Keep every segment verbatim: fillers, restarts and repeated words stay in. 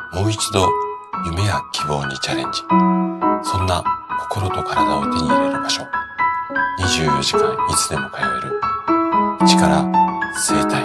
もう一度夢や希望にチャレンジ。そんな心と体を手に入れる場所。にじゅうよじかんいつでも通える一から整体。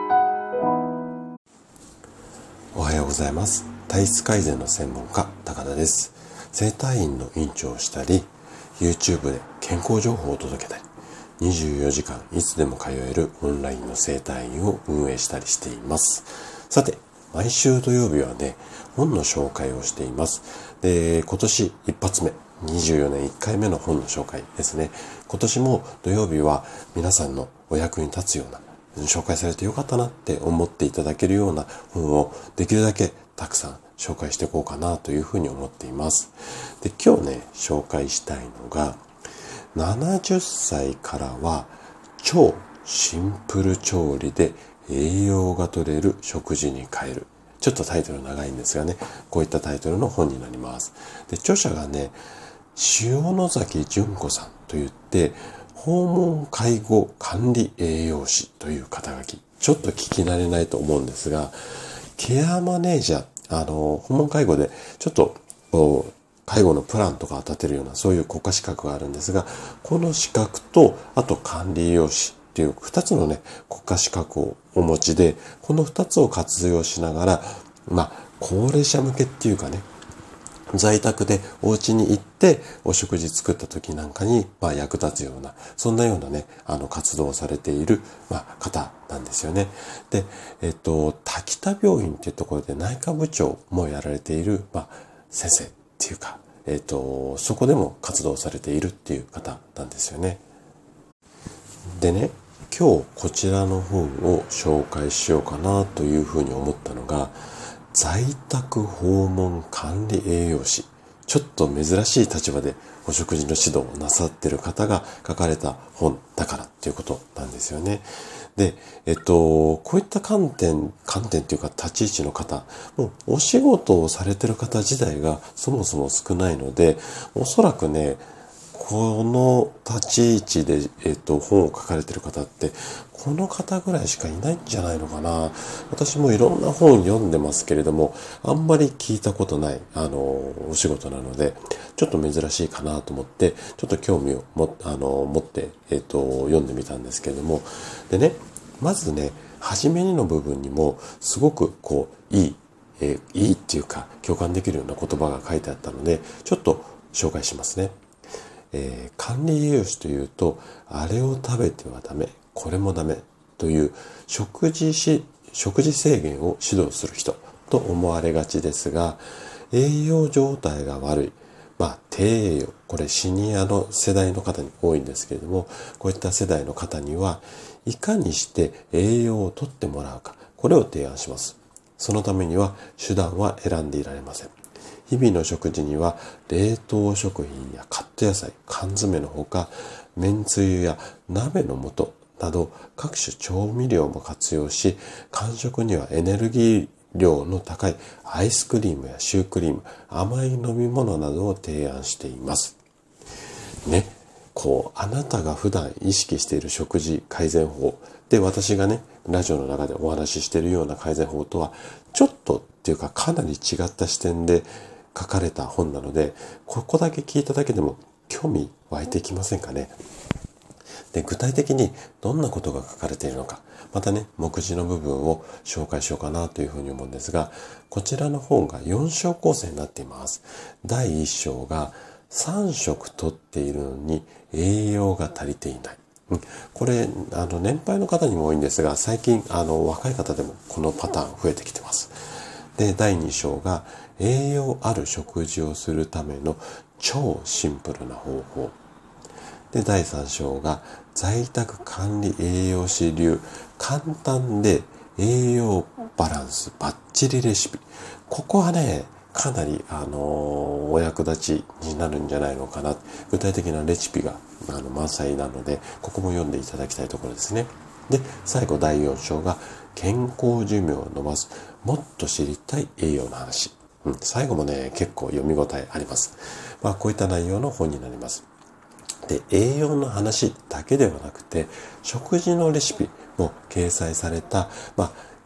おはようございます。体質改善の専門家高田です。整体院の院長をしたり、 YouTube で健康情報を届けたり、にじゅうよじかんいつでも通えるオンラインの整体院を運営したりしています。さて、毎週土曜日はね、本の紹介をしています。で、今年一発目、にじゅうよねんいっかいめの本の紹介ですね。今年も土曜日は皆さんのお役に立つような、紹介されてよかったなって思っていただけるような本をできるだけたくさん紹介していこうかなというふうに思っています。で、今日ね、紹介したいのが、ななじゅっさいからは超シンプル調理で栄養が取れる食事に変える。ちょっとタイトル長いんですがね、こういったタイトルの本になります。で、著者がね、塩野崎純子さんといって、訪問介護管理栄養士という肩書き。ちょっと聞き慣れないと思うんですが、ケアマネージャー、あの、訪問介護でちょっと、介護のプランとか立てるような、そういう国家資格があるんですが、この資格と、あと管理栄養士っていう二つのね、国家資格をお持ちで、この二つを活用しながら、まあ、高齢者向けっていうかね、在宅でお家に行ってお食事作った時なんかに、まあ、役立つような、そんなようなね、あの活動をされている、まあ、方なんですよね。で、えっと、滝田病院っていうところで内科部長もやられている、まあ、先生っていうか、えっと、そこでも活動されているっていう方なんですよね。でね、今日こちらの本を紹介しようかなというふうに思ったのが、在宅訪問管理栄養士。ちょっと珍しい立場でお食事の指導をなさっている方が書かれた本だからっていうことなんですよね。で、えっと、こういった観点、観点っていうか立ち位置の方、もうお仕事をされている方自体がそもそも少ないので、おそらくね、この立ち位置で、えっと、本を書かれている方って、この方ぐらいしかいないんじゃないのかな。私もいろんな本読んでますけれども、あんまり聞いたことない、あの、お仕事なので、ちょっと珍しいかなと思って、ちょっと興味をも、あの、持って、えっと、読んでみたんですけれども、でね、まずね、初めにの部分にも、すごく、こう、いい、えー、いいっていうか、共感できるような言葉が書いてあったので、ちょっと紹介しますね。えー、管理栄養士というと、あれを食べてはダメ、これもダメという食事し、食事制限を指導する人と思われがちですが、栄養状態が悪い、まあ低栄養、これシニアの世代の方に多いんですけれども、こういった世代の方にはいかにして栄養をとってもらうか、これを提案します。そのためには手段は選んでいられません。日々の食事には冷凍食品やカット野菜、缶詰のほか、麺つゆや鍋の素など各種調味料も活用し、間食にはエネルギー量の高いアイスクリームやシュークリーム、甘い飲み物などを提案しています。ね、こう、あなたが普段意識している食事改善法で、私がね、ラジオの中でお話ししているような改善法とは、ちょっとっていうかかなり違った視点で書かれた本なので、ここだけ聞いただけでも興味湧いてきませんかね。で、具体的にどんなことが書かれているのか、またね、目次の部分を紹介しようかなというふうに思うんですが、こちらの本がよん章構成になっています。だいいち章がさん食とっているのに栄養が足りていない。これ、あの、年配の方にも多いんですが、最近、あの、若い方でもこのパターン増えてきてます。で、だいに章が栄養ある食事をするための超シンプルな方法。で、だいさん章が在宅管理栄養士流簡単で栄養バランスバッチリレシピ。ここはね、かなり、あのー、お役立ちになるんじゃないのかな。具体的なレシピがあの満載なので、ここも読んでいただきたいところですね。で、最後だいよん章が健康寿命を伸ばすもっと知りたい栄養の話。うん、最後もね、結構読み応えあります。まあ、こういった内容の本になります。で、栄養の話だけではなくて、食事のレシピも掲載された、まあ、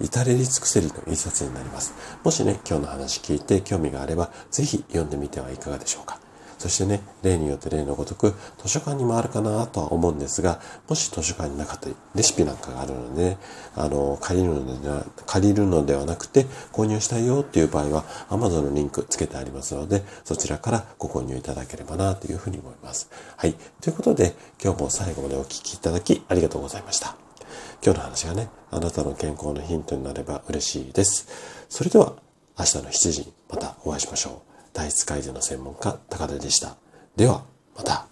至れり尽くせりの一冊になります。もしね、今日の話聞いて興味があれば、ぜひ読んでみてはいかがでしょうか。そしてね、例によって例のごとく、図書館にもあるかなとは思うんですが、もし図書館になかったり、レシピなんかがあるので、ね、あの、借りるのでは、借りるのではなくて、購入したいよっていう場合は、Amazon のリンクつけてありますので、そちらからご購入いただければなというふうに思います。はい。ということで、今日も最後までお聞きいただきありがとうございました。今日の話がね、あなたの健康のヒントになれば嬉しいです。それでは、明日のしちじにまたお会いしましょう。体質改善の専門家、高田でした。では、また。